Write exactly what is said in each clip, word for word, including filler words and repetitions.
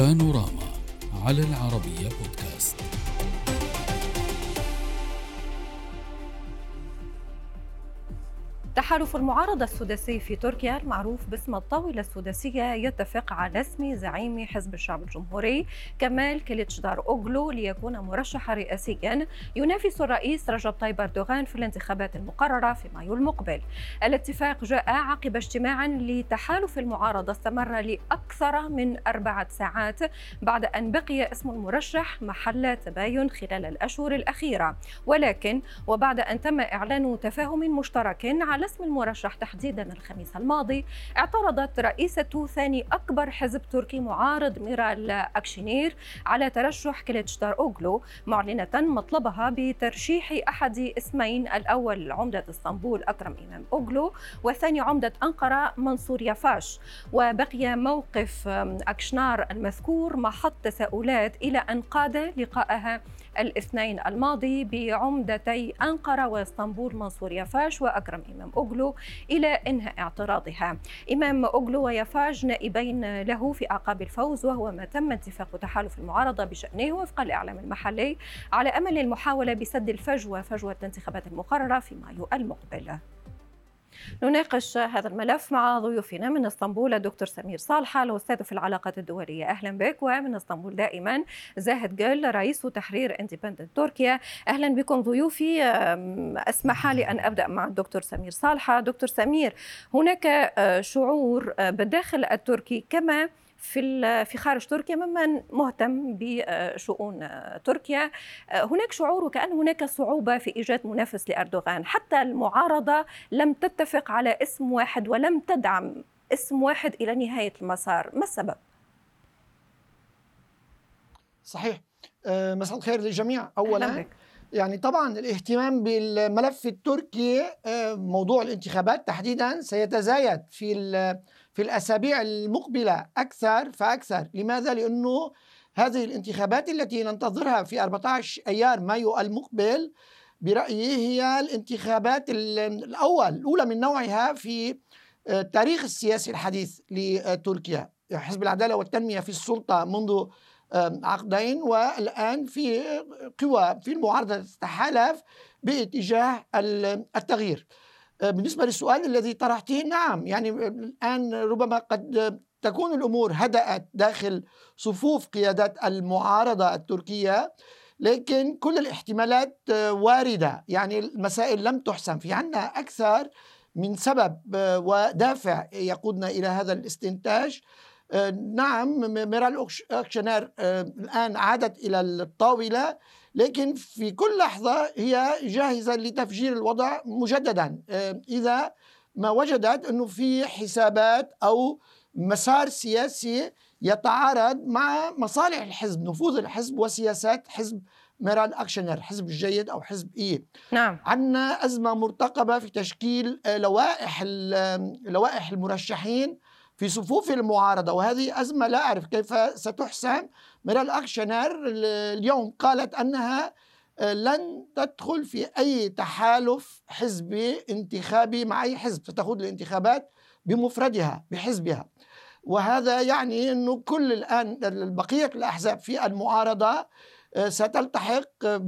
بانوراما على العربية بودكاست. تحالف المعارضة السداسي في تركيا المعروف باسم الطاولة السداسية يتفق على اسم زعيم حزب الشعب الجمهوري كمال كليتشداروغلو ليكون مرشحا رئاسيا ينافس الرئيس رجب طيب أردوغان في الانتخابات المقررة في مايو المقبل. الاتفاق جاء عقب اجتماع لتحالف المعارضة استمر لأكثر من أربعة ساعات بعد أن بقي اسم المرشح محل تباين خلال الأشهر الأخيرة، ولكن وبعد أن تم إعلان تفاهم مشترك على اسم المرشح تحديدا الخميس الماضي، اعترضت رئيسة ثاني أكبر حزب تركي معارض ميرال أكشينير على ترشح كليتشداروغلو، معلنة مطلبها بترشيح أحد اسمين، الأول عمدة اسطنبول أكرم إماموغلو والثاني عمدة أنقرة منصور يافاش. وبقي موقف أكشنار المذكور محط تساؤلات إلى أن قاد لقائها الاثنين الماضي بعمدتي أنقرة واسطنبول منصور يافاش وأكرم إماموغلو إلى إنهاء اعتراضها. إماموغلو ويافاش نائبين له في أعقاب الفوز، وهو ما تم اتفاق تحالف المعارضة بشأنه وفق الإعلام المحلي على أمل المحاولة بسد الفجوة فجوة الانتخابات المقررة في مايو المقبل. نناقش هذا الملف مع ضيوفنا من اسطنبول الدكتور سمير صالحة الأستاذ في العلاقات الدولية، أهلا بك، ومن اسطنبول دائما زاهد جل رئيس تحرير اندبندنت تركيا. أهلا بكم ضيوفي. أسمح لي أن أبدأ مع الدكتور سمير صالحة. دكتور سمير، هناك شعور بالداخل التركي كما في في خارج تركيا ممن مهتم بشؤون تركيا، هناك شعور وكأن هناك صعوبة في إيجاد منافس لأردوغان، حتى المعارضة لم تتفق على اسم واحد ولم تدعم اسم واحد إلى نهاية المسار، ما السبب؟ صحيح. مساء الخير للجميع. أولا يعني طبعا الاهتمام بالملف التركي، موضوع الانتخابات تحديدا سيتزايد في في الأسابيع المقبلة أكثر فأكثر. لماذا؟ لأنه هذه الانتخابات التي ننتظرها في أربعة عشر أيار مايو المقبل برأيي هي الانتخابات الأول الأولى من نوعها في التاريخ السياسي الحديث لتركيا. حزب العدالة والتنمية في السلطة منذ عقدين، والآن في قوى في المعارضة تتحالف باتجاه التغيير. بالنسبة للسؤال الذي طرحته، نعم يعني الآن ربما قد تكون الأمور هدأت داخل صفوف قيادات المعارضة التركية، لكن كل الاحتمالات واردة. يعني المسائل لم تحسم، في عنا أكثر من سبب ودافع يقودنا إلى هذا الاستنتاج. نعم ميرال أكشينير الآن عادت إلى الطاولة، لكن في كل لحظة هي جاهزة لتفجير الوضع مجددا إذا ما وجدت أنه في حسابات أو مسار سياسي يتعارض مع مصالح الحزب، نفوذ الحزب وسياسات حزب ميرال أكشينير، حزب الجيد أو حزب إيه. نعم. عندنا أزمة مرتقبة في تشكيل لوائح لوائح المرشحين في صفوف المعارضة، وهذه أزمة لا أعرف كيف ستحسم. ميرال أكشينير اليوم قالت أنها لن تدخل في أي تحالف حزبي انتخابي مع أي حزب، ستخوض الانتخابات بمفردها بحزبها. وهذا يعني أنه كل الآن بقية الأحزاب في المعارضة ستلتحق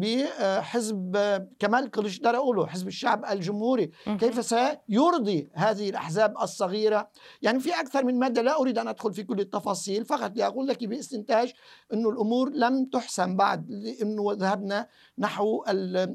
بحزب كمال كليتشداروغلو، حزب الشعب الجمهوري. كيف سيرضي هذه الأحزاب الصغيرة؟ يعني في أكثر من مادة، لا أريد أن أدخل في كل التفاصيل، فقط لأقول لك باستنتاج أنه الأمور لم تحسم بعد، لأنه ذهبنا نحو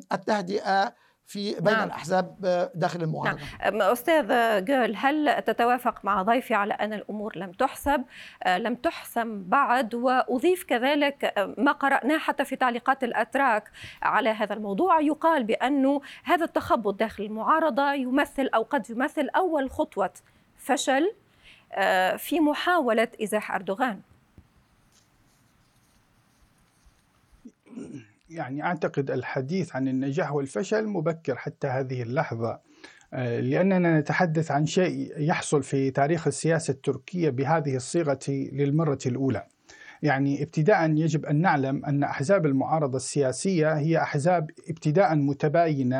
التهدئة في بين نعم. الأحزاب داخل المعارضة. نعم. أستاذ جول، هل تتوافق مع ضيفي على أن الأمور لم تحسب لم تحسم بعد؟ وأضيف كذلك ما قرأناه حتى في تعليقات الأتراك على هذا الموضوع، يقال بأنه هذا التخبط داخل المعارضة يمثل أو قد يمثل أول خطوة فشل في محاولة إزاح أردوغان. يعني أعتقد الحديث عن النجاح والفشل مبكر حتى هذه اللحظة، لأننا نتحدث عن شيء يحصل في تاريخ السياسة التركية بهذه الصيغة للمرة الأولى. يعني ابتداء يجب أن نعلم أن أحزاب المعارضة السياسية هي أحزاب ابتداء متباينة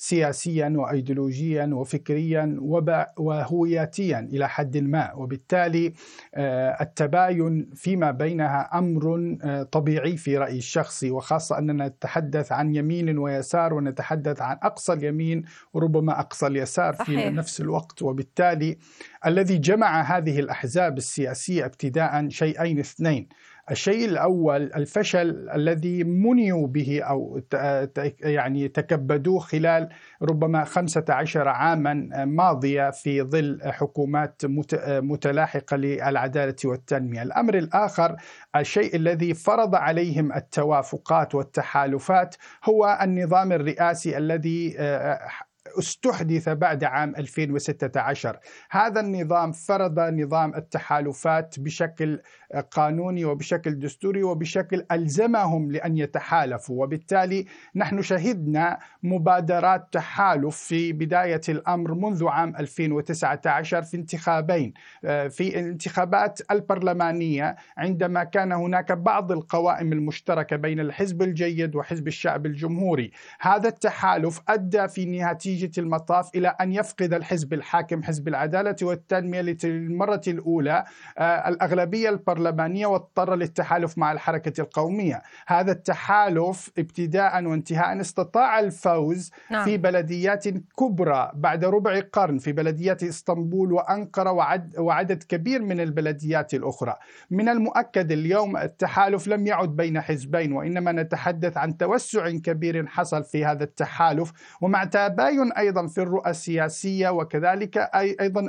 سياسيا وأيديولوجيا وفكريا وهوياتيا إلى حد ما، وبالتالي التباين فيما بينها أمر طبيعي في رأيي الشخصي، وخاصة أننا نتحدث عن يمين ويسار ونتحدث عن أقصى اليمين وربما أقصى اليسار في نفس الوقت. وبالتالي الذي جمع هذه الأحزاب السياسية ابتداء شيئين اثنين: الشيء الأول الفشل الذي منيوا به أو يعني تكبدوه خلال ربما خمسة عشر عاما ماضية في ظل حكومات متلاحقة للعدالة والتنمية. الأمر الآخر الشيء الذي فرض عليهم التوافقات والتحالفات هو النظام الرئاسي الذي استحدث بعد عام ألفين وستة عشر. هذا النظام فرض نظام التحالفات بشكل قانوني وبشكل دستوري وبشكل ألزمهم لأن يتحالفوا، وبالتالي نحن شهدنا مبادرات تحالف في بداية الأمر منذ عام ألفين وتسعة عشر في انتخابين، في الانتخابات البرلمانية عندما كان هناك بعض القوائم المشتركة بين الحزب الجيد وحزب الشعب الجمهوري. هذا التحالف أدى في نتيجة المطاف إلى أن يفقد الحزب الحاكم حزب العدالة والتنمية للمرة الأولى الأغلبية البرلمانية واضطر للتحالف مع الحركة القومية. هذا التحالف ابتداء وانتهاء استطاع الفوز نعم. في بلديات كبرى بعد ربع قرن، في بلديات اسطنبول وأنقرة وعد وعدد كبير من البلديات الأخرى. من المؤكد اليوم التحالف لم يعد بين حزبين، وإنما نتحدث عن توسع كبير حصل في هذا التحالف، ومع تباين أيضا في الرؤى السياسية، وكذلك أيضا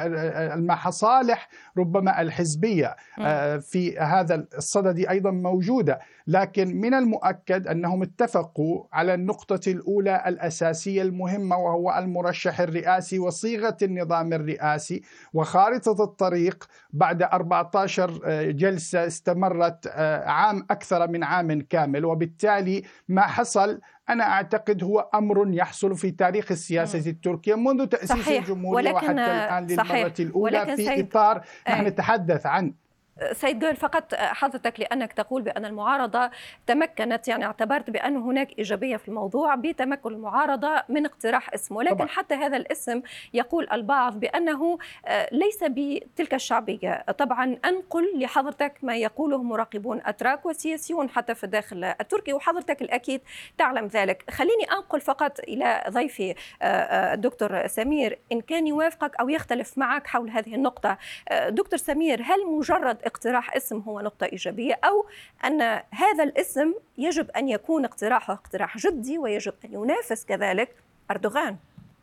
المصالح ربما الحزبية في هذا الصدد أيضا موجودة. لكن من المؤكد أنهم اتفقوا على النقطة الأولى الأساسية المهمة، وهو المرشح الرئاسي وصيغة النظام الرئاسي وخارطة الطريق بعد أربعة عشر جلسة استمرت عام أكثر من عام كامل. وبالتالي ما حصل أنا أعتقد هو أمر يحصل في تاريخ السياسة التركية منذ تأسيس صحيح. الجمهورية وحتى الآن للمرة الأولى في إطار نحن نتحدث عن سيد جويل. فقط حضرتك لأنك تقول بأن المعارضة تمكنت، يعني اعتبرت بأن هناك إيجابية في الموضوع بتمكن المعارضة من اقتراح اسم، ولكن طبعا. حتى هذا الاسم يقول البعض بأنه ليس بتلك الشعبية. طبعا أنقل لحضرتك ما يقوله مراقبون أتراك وسياسيون حتى في الداخل التركي، وحضرتك الأكيد تعلم ذلك. خليني أنقل فقط إلى ضيفي الدكتور سمير إن كان يوافقك أو يختلف معك حول هذه النقطة. دكتور سمير، هل مجرد اقتراح اسم هو نقطة إيجابية، أو أن هذا الاسم يجب أن يكون اقتراحه اقتراح جدي ويجب أن ينافس كذلك أردوغان؟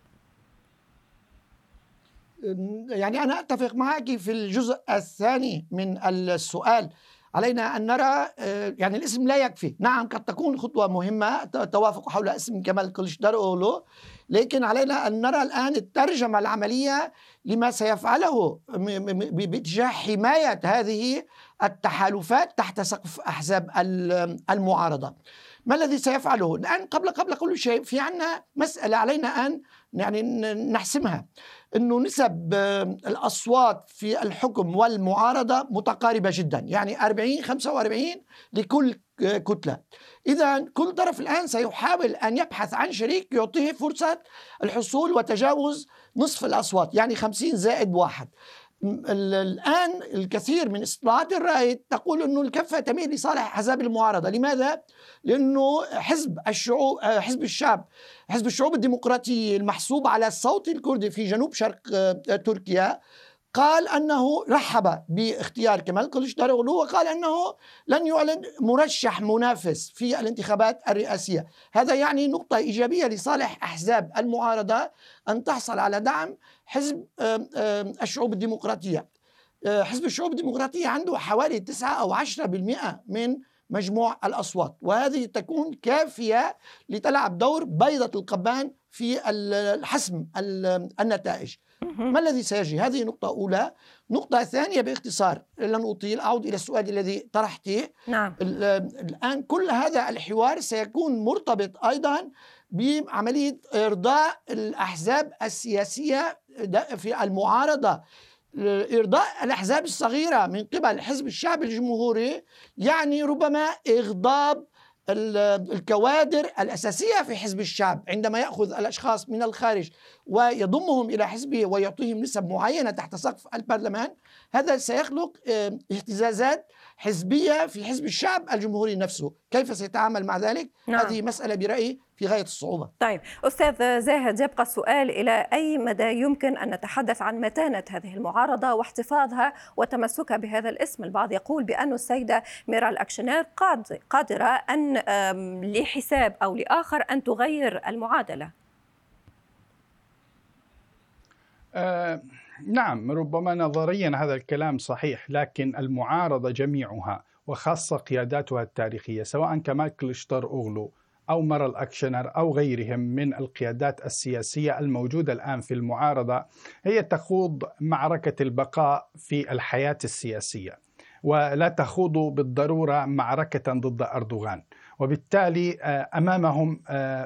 يعني أنا أتفق معك في الجزء الثاني من السؤال. علينا أن نرى يعني الاسم لا يكفي. نعم قد تكون خطوة مهمة التوافق حول اسم كمال كليشداروغلو، لكن علينا أن نرى الآن الترجمة العملية لما سيفعله باتجاه حماية هذه التحالفات تحت سقف أحزاب المعارضة. ما الذي سيفعله الآن؟ قبل قبل كل شيء في عنا مسألة علينا أن يعني نحسمها، أنه نسب الأصوات في الحكم والمعارضة متقاربة جدا، يعني أربعين خمسة وأربعين لكل كتلة. إذا كل طرف الآن سيحاول أن يبحث عن شريك يعطيه فرصة الحصول وتجاوز نصف الأصوات، يعني خمسين زائد واحد. الآن الكثير من استطلاعات الرأي تقول أنه الكفة تميل لصالح أحزاب المعارضة. لماذا؟ لأنه حزب الشعوب حزب الشعب حزب الشعوب الديمقراطي المحسوب على الصوت الكردي في جنوب شرق تركيا قال أنه رحب باختيار كمال كليشداروغلو، وقال أنه لن يعلن مرشح منافس في الانتخابات الرئاسية. هذا يعني نقطة إيجابية لصالح أحزاب المعارضة أن تحصل على دعم حزب الشعوب الديمقراطية. حزب الشعوب الديمقراطية عنده حوالي تسعة أو عشرة بالمئة من مجموع الأصوات، وهذه تكون كافية لتلعب دور بيضة القبان في الحسم النتائج. ما الذي سيجري؟ هذه نقطة أولى. نقطة ثانية باختصار لن أطيل، أعود إلى السؤال الذي طرحته. نعم. الآن كل هذا الحوار سيكون مرتبط أيضا بعملية إرضاء الأحزاب السياسية في المعارضة، إرضاء الأحزاب الصغيرة من قبل حزب الشعب الجمهوري، يعني ربما إغضاب الكوادر الأساسية في حزب الشعب عندما يأخذ الأشخاص من الخارج ويضمهم إلى حزبه ويعطيهم نسب معينة تحت سقف البرلمان، هذا سيخلق اهتزازات حزبية في حزب الشعب الجمهوري نفسه. كيف سيتعامل مع ذلك؟ نعم. هذه مسألة برأيي في غاية الصعوبة. طيب أستاذ زاهد، يبقى السؤال إلى أي مدى يمكن أن نتحدث عن متانة هذه المعارضة واحتفاظها وتمسكها بهذا الاسم؟ البعض يقول بأن السيدة ميرال أكشنير قادرة أن لحساب أو لآخر أن تغير المعادلة. آه نعم، ربما نظريا هذا الكلام صحيح، لكن المعارضة جميعها وخاصة قياداتها التاريخية سواء كمال كليشدار-أوغلو أو ميرال أكشنير أو غيرهم من القيادات السياسية الموجودة الآن في المعارضة، هي تخوض معركة البقاء في الحياة السياسية، ولا تخوض بالضرورة معركة ضد أردوغان، وبالتالي أمامهم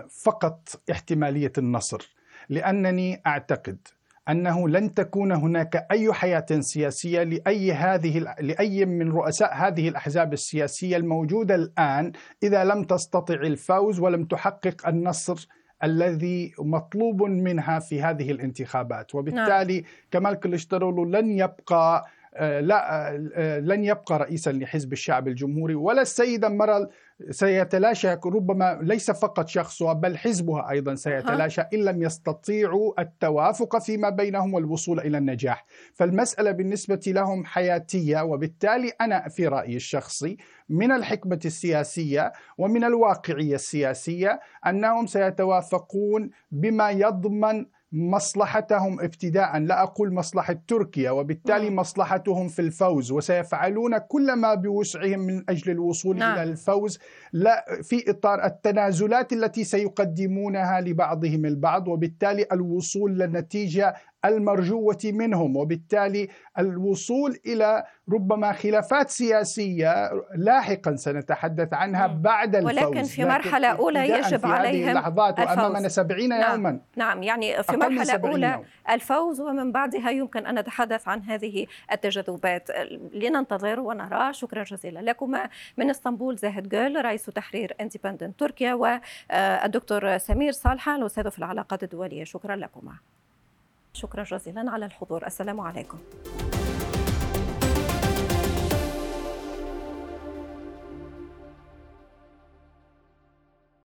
فقط احتمالية النصر. لأنني أعتقد أنه لن تكون هناك أي حياة سياسية لأي هذه لأي من رؤساء هذه الأحزاب السياسية الموجودة الآن إذا لم تستطع الفوز ولم تحقق النصر الذي مطلوب منها في هذه الانتخابات. وبالتالي نعم. كمال كليشدار-أوغلو لن يبقى لا لن يبقى رئيسا لحزب الشعب الجمهوري، ولا السيدة ميرال سيتلاشى ربما ليس فقط شخصها بل حزبها أيضا سيتلاشى إن لم يستطيعوا التوافق فيما بينهم والوصول إلى النجاح. فالمسألة بالنسبة لهم حياتية، وبالتالي أنا في رأيي الشخصي من الحكمة السياسية ومن الواقعية السياسية أنهم سيتوافقون بما يضمن مصلحتهم ابتداء، لا أقول مصلحة تركيا، وبالتالي م. مصلحتهم في الفوز، وسيفعلون كل ما بوسعهم من أجل الوصول نعم. إلى الفوز، لا في إطار التنازلات التي سيقدمونها لبعضهم البعض، وبالتالي الوصول للنتيجة المرجوة منهم، وبالتالي الوصول إلى ربما خلافات سياسية لاحقا سنتحدث عنها م. بعد الفوز. ولكن في مرحلة أولى يجب عليهم اللحظات وأمامنا سبعين نعم. يوما. نعم، يعني في مرحلة أولى الفوز، ومن بعدها يمكن أن نتحدث عن هذه التجاذبات. لننتظر ونرى. شكرا جزيلا لكم من اسطنبول زاهد جول رئيس تحرير اندبندنت تركيا، والدكتور سمير صالحة الأستاذ في العلاقات الدولية. شكرا لكم. شكرا جزيلا على الحضور. السلام عليكم.